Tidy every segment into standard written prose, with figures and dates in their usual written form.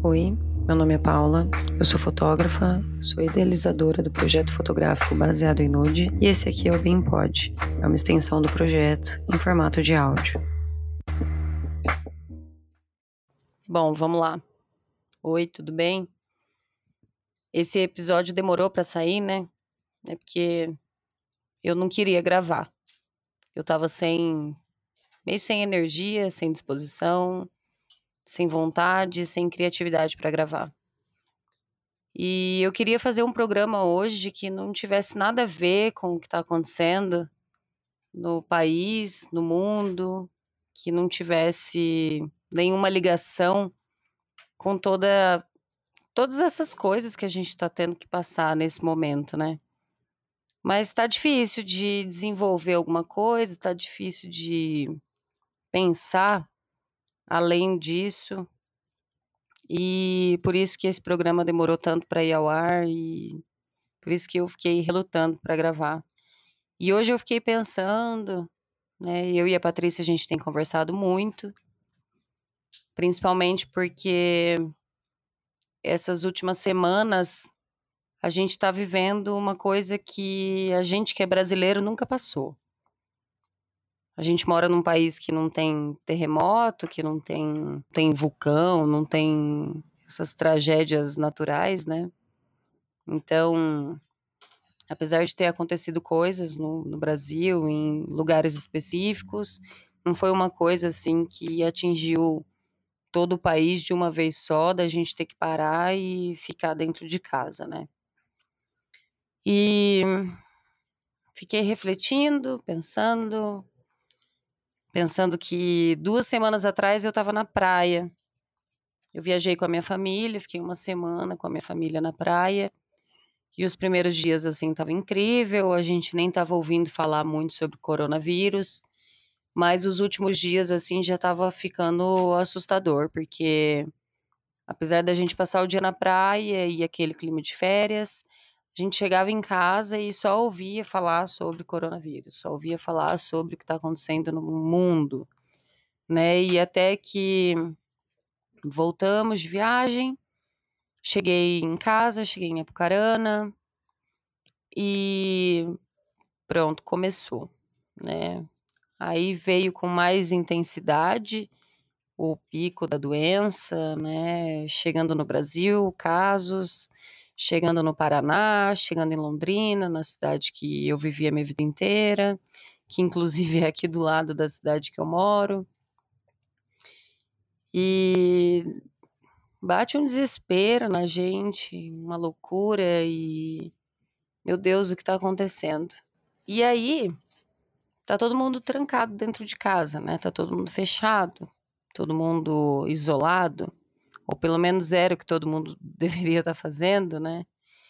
Oi, meu nome é Paula, eu sou fotógrafa, sou idealizadora do projeto fotográfico baseado em nude e esse aqui é o BeamPod, é uma extensão do projeto em formato de áudio. Bom, vamos lá. Oi, tudo bem? Esse episódio demorou pra sair, né? É porque eu não queria gravar. Eu tava meio sem energia, sem disposição, sem vontade, sem criatividade pra gravar. E eu queria fazer um programa hoje que não tivesse nada a ver com o que tá acontecendo no país, no mundo, que não tivesse nenhuma ligação com todas essas coisas que a gente tá tendo que passar nesse momento, né? Mas tá difícil de desenvolver alguma coisa, tá difícil de pensar além disso. E por isso que esse programa demorou tanto para ir ao ar e por isso que eu fiquei relutando para gravar. E hoje eu fiquei pensando, né? Eu e a Patrícia a gente tem conversado muito, principalmente porque essas últimas semanas a gente está vivendo uma coisa que a gente que é brasileiro nunca passou. A gente mora num país que não tem terremoto, que não tem vulcão, não tem essas tragédias naturais, né? Então, apesar de ter acontecido coisas no Brasil, em lugares específicos, não foi uma coisa assim que atingiu todo o país de uma vez só, da gente ter que parar e ficar dentro de casa, né? E fiquei refletindo, pensando que 2 semanas atrás eu estava na praia. Eu viajei com a minha família, fiquei uma semana com a minha família na praia. E os primeiros dias, assim, estava incrível, a gente nem estava ouvindo falar muito sobre coronavírus. Mas os últimos dias, assim, já estava ficando assustador, porque apesar da gente passar o dia na praia e aquele clima de férias, a gente chegava em casa e só ouvia falar sobre coronavírus, só ouvia falar sobre o que está acontecendo no mundo, né? E até que voltamos de viagem, cheguei em casa, cheguei em Apucarana e pronto, começou, né? Aí veio com mais intensidade o pico da doença, né? Chegando no Brasil, casos, chegando no Paraná, chegando em Londrina, na cidade que eu vivi a minha vida inteira, que inclusive é aqui do lado da cidade que eu moro. E bate um desespero na gente, uma loucura e meu Deus, o que tá acontecendo? E aí, tá todo mundo trancado dentro de casa, né? Tá todo mundo fechado, todo mundo isolado, ou pelo menos era o que todo mundo deveria estar fazendo, né?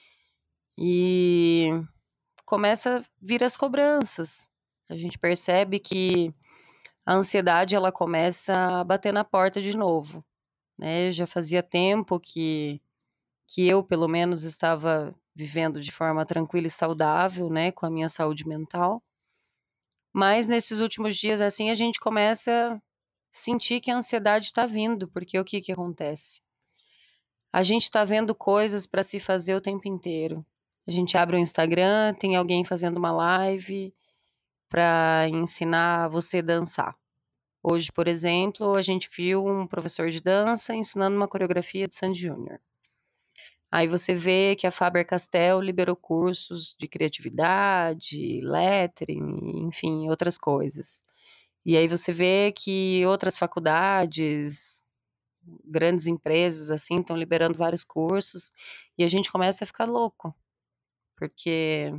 E começa a vir as cobranças. A gente percebe que a ansiedade ela começa a bater na porta de novo, né? Já fazia tempo que eu, pelo menos, estava vivendo de forma tranquila e saudável, né, com a minha saúde mental. Mas nesses últimos dias, assim, a gente começa a sentir que a ansiedade está vindo, porque o que que acontece? A gente está vendo coisas para se fazer o tempo inteiro. A gente abre o Instagram, tem alguém fazendo uma live para ensinar você a dançar. Hoje, por exemplo, a gente viu um professor de dança ensinando uma coreografia de Sandy Júnior. Aí você vê que a Faber-Castell liberou cursos de criatividade, lettering, enfim, outras coisas. E aí você vê que outras faculdades, grandes empresas, assim, estão liberando vários cursos, e a gente começa a ficar louco, porque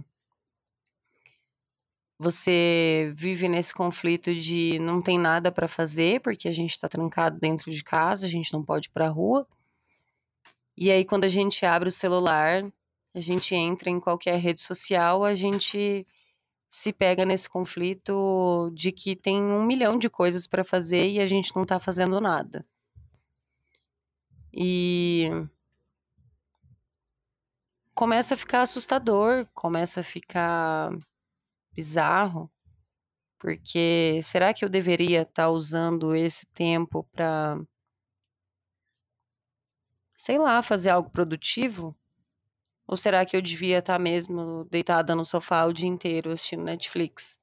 você vive nesse conflito de não tem nada para fazer, porque a gente está trancado dentro de casa, a gente não pode ir para a rua. E aí, quando a gente abre o celular, a gente entra em qualquer rede social, a gente se pega nesse conflito de que tem 1 milhão de coisas para fazer e a gente não tá fazendo nada. E começa a ficar assustador, começa a ficar bizarro, porque será que eu deveria estar usando esse tempo para sei lá, fazer algo produtivo? Ou será que eu devia estar mesmo deitada no sofá o dia inteiro assistindo Netflix?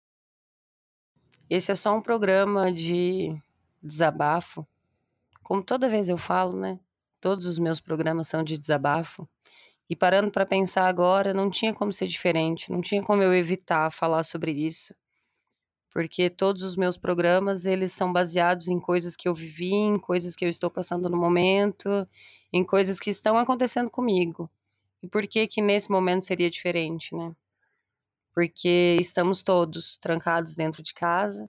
Esse é só um programa de desabafo. Como toda vez eu falo, né? Todos os meus programas são de desabafo. E parando para pensar agora, não tinha como ser diferente, não tinha como eu evitar falar sobre isso, porque todos os meus programas, eles são baseados em coisas que eu vivi, em coisas que eu estou passando no momento, em coisas que estão acontecendo comigo. E por que que nesse momento seria diferente, né? Porque estamos todos trancados dentro de casa,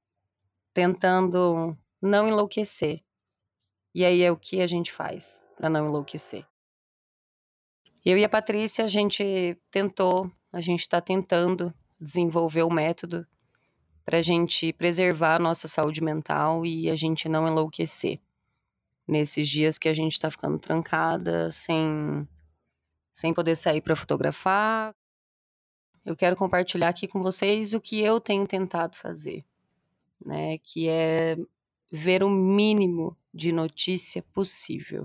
tentando não enlouquecer. E aí é o que a gente faz para não enlouquecer. Eu e a Patrícia, a gente está tentando desenvolver o método para a gente preservar a nossa saúde mental e a gente não enlouquecer nesses dias que a gente está ficando trancada, sem poder sair para fotografar. Eu quero compartilhar aqui com vocês o que eu tenho tentado fazer, né? Que é ver o mínimo de notícia possível.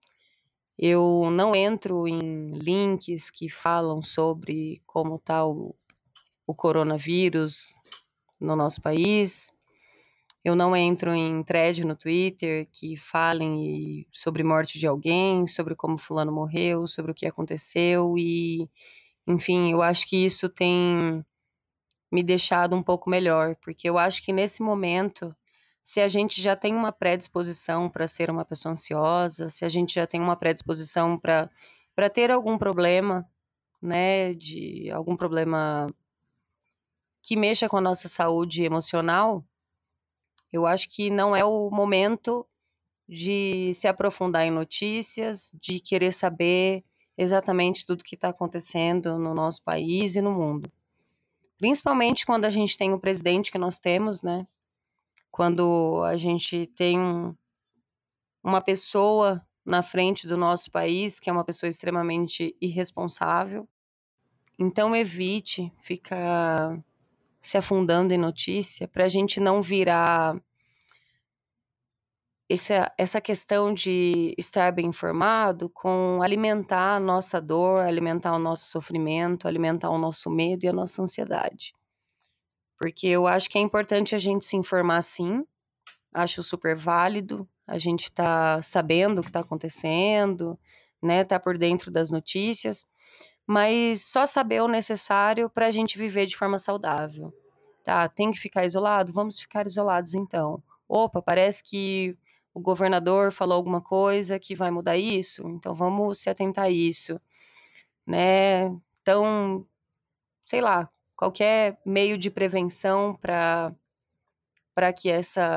Eu não entro em links que falam sobre como está o coronavírus no nosso país. Eu não entro em thread no Twitter que falem sobre morte de alguém, sobre como fulano morreu, sobre o que aconteceu e, enfim, eu acho que isso tem me deixado um pouco melhor, porque eu acho que nesse momento, se a gente já tem uma predisposição para ser uma pessoa ansiosa, se a gente já tem uma predisposição para ter algum problema, né, de algum problema que mexa com a nossa saúde emocional, eu acho que não é o momento de se aprofundar em notícias, de querer saber exatamente tudo que está acontecendo no nosso país e no mundo. Principalmente quando a gente tem o presidente que nós temos, né? Quando a gente tem uma pessoa na frente do nosso país que é uma pessoa extremamente irresponsável. Então evite ficar se afundando em notícia para a gente não virar essa questão de estar bem informado com alimentar a nossa dor, alimentar o nosso sofrimento, alimentar o nosso medo e a nossa ansiedade. Porque eu acho que é importante a gente se informar sim, acho super válido, a gente tá sabendo o que tá acontecendo, né, tá por dentro das notícias, mas só saber o necessário para a gente viver de forma saudável. Tá, tem que ficar isolado? Vamos ficar isolados então. Opa, parece que o governador falou alguma coisa que vai mudar isso, então vamos se atentar a isso, né? Então, sei lá, qualquer meio de prevenção para que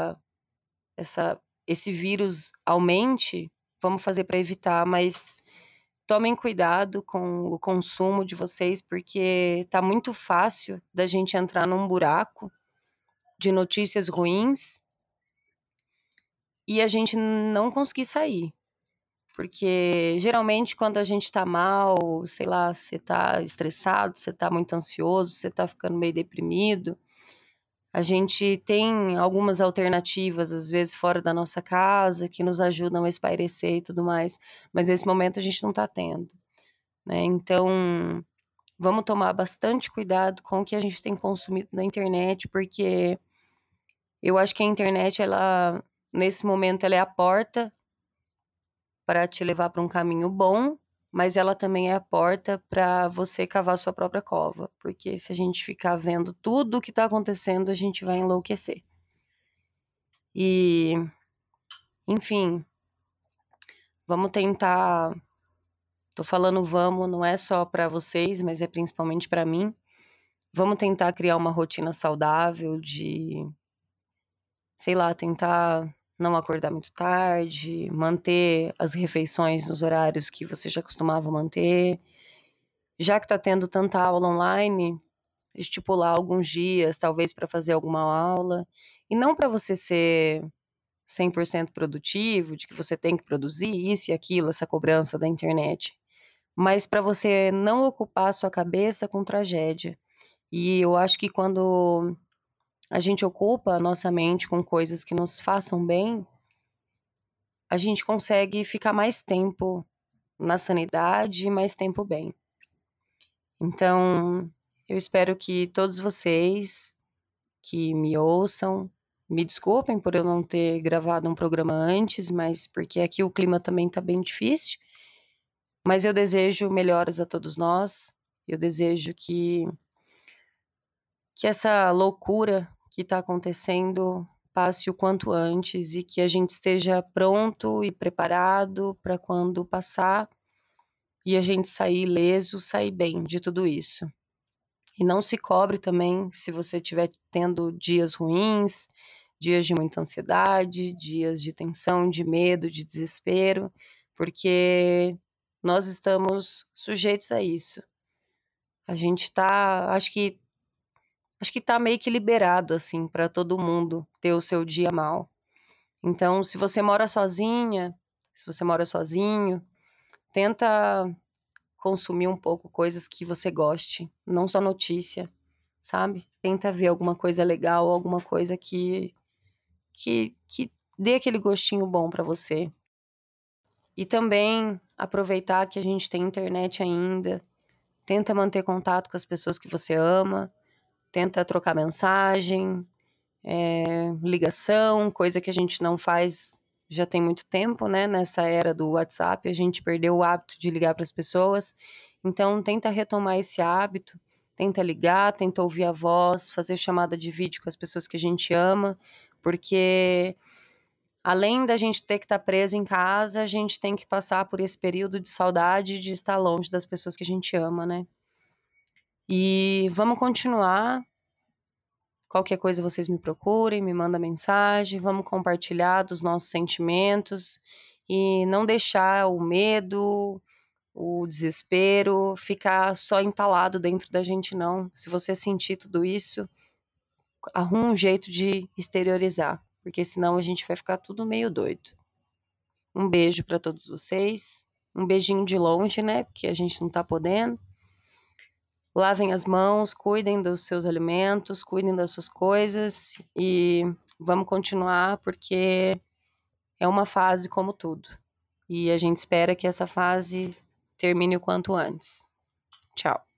esse vírus aumente, vamos fazer para evitar, mas tomem cuidado com o consumo de vocês, porque tá muito fácil da gente entrar num buraco de notícias ruins e a gente não conseguir sair. Porque geralmente quando a gente tá mal, sei lá, você tá estressado, você tá muito ansioso, você tá ficando meio deprimido, a gente tem algumas alternativas, às vezes fora da nossa casa, que nos ajudam a espairecer e tudo mais, mas nesse momento a gente não tá tendo, né? Então, vamos tomar bastante cuidado com o que a gente tem consumido na internet, porque eu acho que a internet, ela, nesse momento, ela é a porta para te levar para um caminho bom, mas ela também é a porta para você cavar sua própria cova, porque se a gente ficar vendo tudo o que está acontecendo, a gente vai enlouquecer. E, enfim, vamos tentar. Tô falando vamos, não é só para vocês, mas é principalmente para mim. Vamos tentar criar uma rotina saudável de, sei lá, tentar não acordar muito tarde, manter as refeições nos horários que você já costumava manter. Já que tá tendo tanta aula online, estipular alguns dias, talvez para fazer alguma aula, e não para você ser 100% produtivo, de que você tem que produzir isso e aquilo, essa cobrança da internet, mas para você não ocupar a sua cabeça com tragédia. E eu acho que quando a gente ocupa a nossa mente com coisas que nos façam bem, a gente consegue ficar mais tempo na sanidade e mais tempo bem. Então, eu espero que todos vocês que me ouçam, me desculpem por eu não ter gravado um programa antes, mas porque aqui o clima também tá bem difícil. Mas eu desejo melhoras a todos nós. Eu desejo que essa loucura que está acontecendo passe o quanto antes e que a gente esteja pronto e preparado para quando passar e a gente sair ileso, sair bem de tudo isso. E não se cobre também se você estiver tendo dias ruins, dias de muita ansiedade, dias de tensão, de medo, de desespero, porque nós estamos sujeitos a isso. A gente tá, acho que tá meio que liberado assim para todo mundo ter o seu dia mal. Então, se você mora sozinha, se você mora sozinho, tenta consumir um pouco coisas que você goste, não só notícia, sabe? Tenta ver alguma coisa legal, alguma coisa que dê aquele gostinho bom para você. E também aproveitar que a gente tem internet ainda, tenta manter contato com as pessoas que você ama, tenta trocar mensagem, ligação, coisa que a gente não faz já tem muito tempo, né? Nessa era do WhatsApp, a gente perdeu o hábito de ligar para as pessoas. Então, tenta retomar esse hábito, tenta ligar, tenta ouvir a voz, fazer chamada de vídeo com as pessoas que a gente ama, porque além da gente ter que estar preso em casa, a gente tem que passar por esse período de saudade de estar longe das pessoas que a gente ama, né? E vamos continuar. Qualquer coisa vocês me procurem, me mandam mensagem, vamos compartilhar dos nossos sentimentos e não deixar o medo, o desespero ficar só entalado dentro da gente, não. Se você sentir tudo isso, arruma um jeito de exteriorizar, porque senão a gente vai ficar tudo meio doido. Um beijo para todos vocês, um beijinho de longe, né, porque a gente não tá podendo. Lavem as mãos, cuidem dos seus alimentos, cuidem das suas coisas e vamos continuar porque é uma fase como tudo. E a gente espera que essa fase termine o quanto antes. Tchau.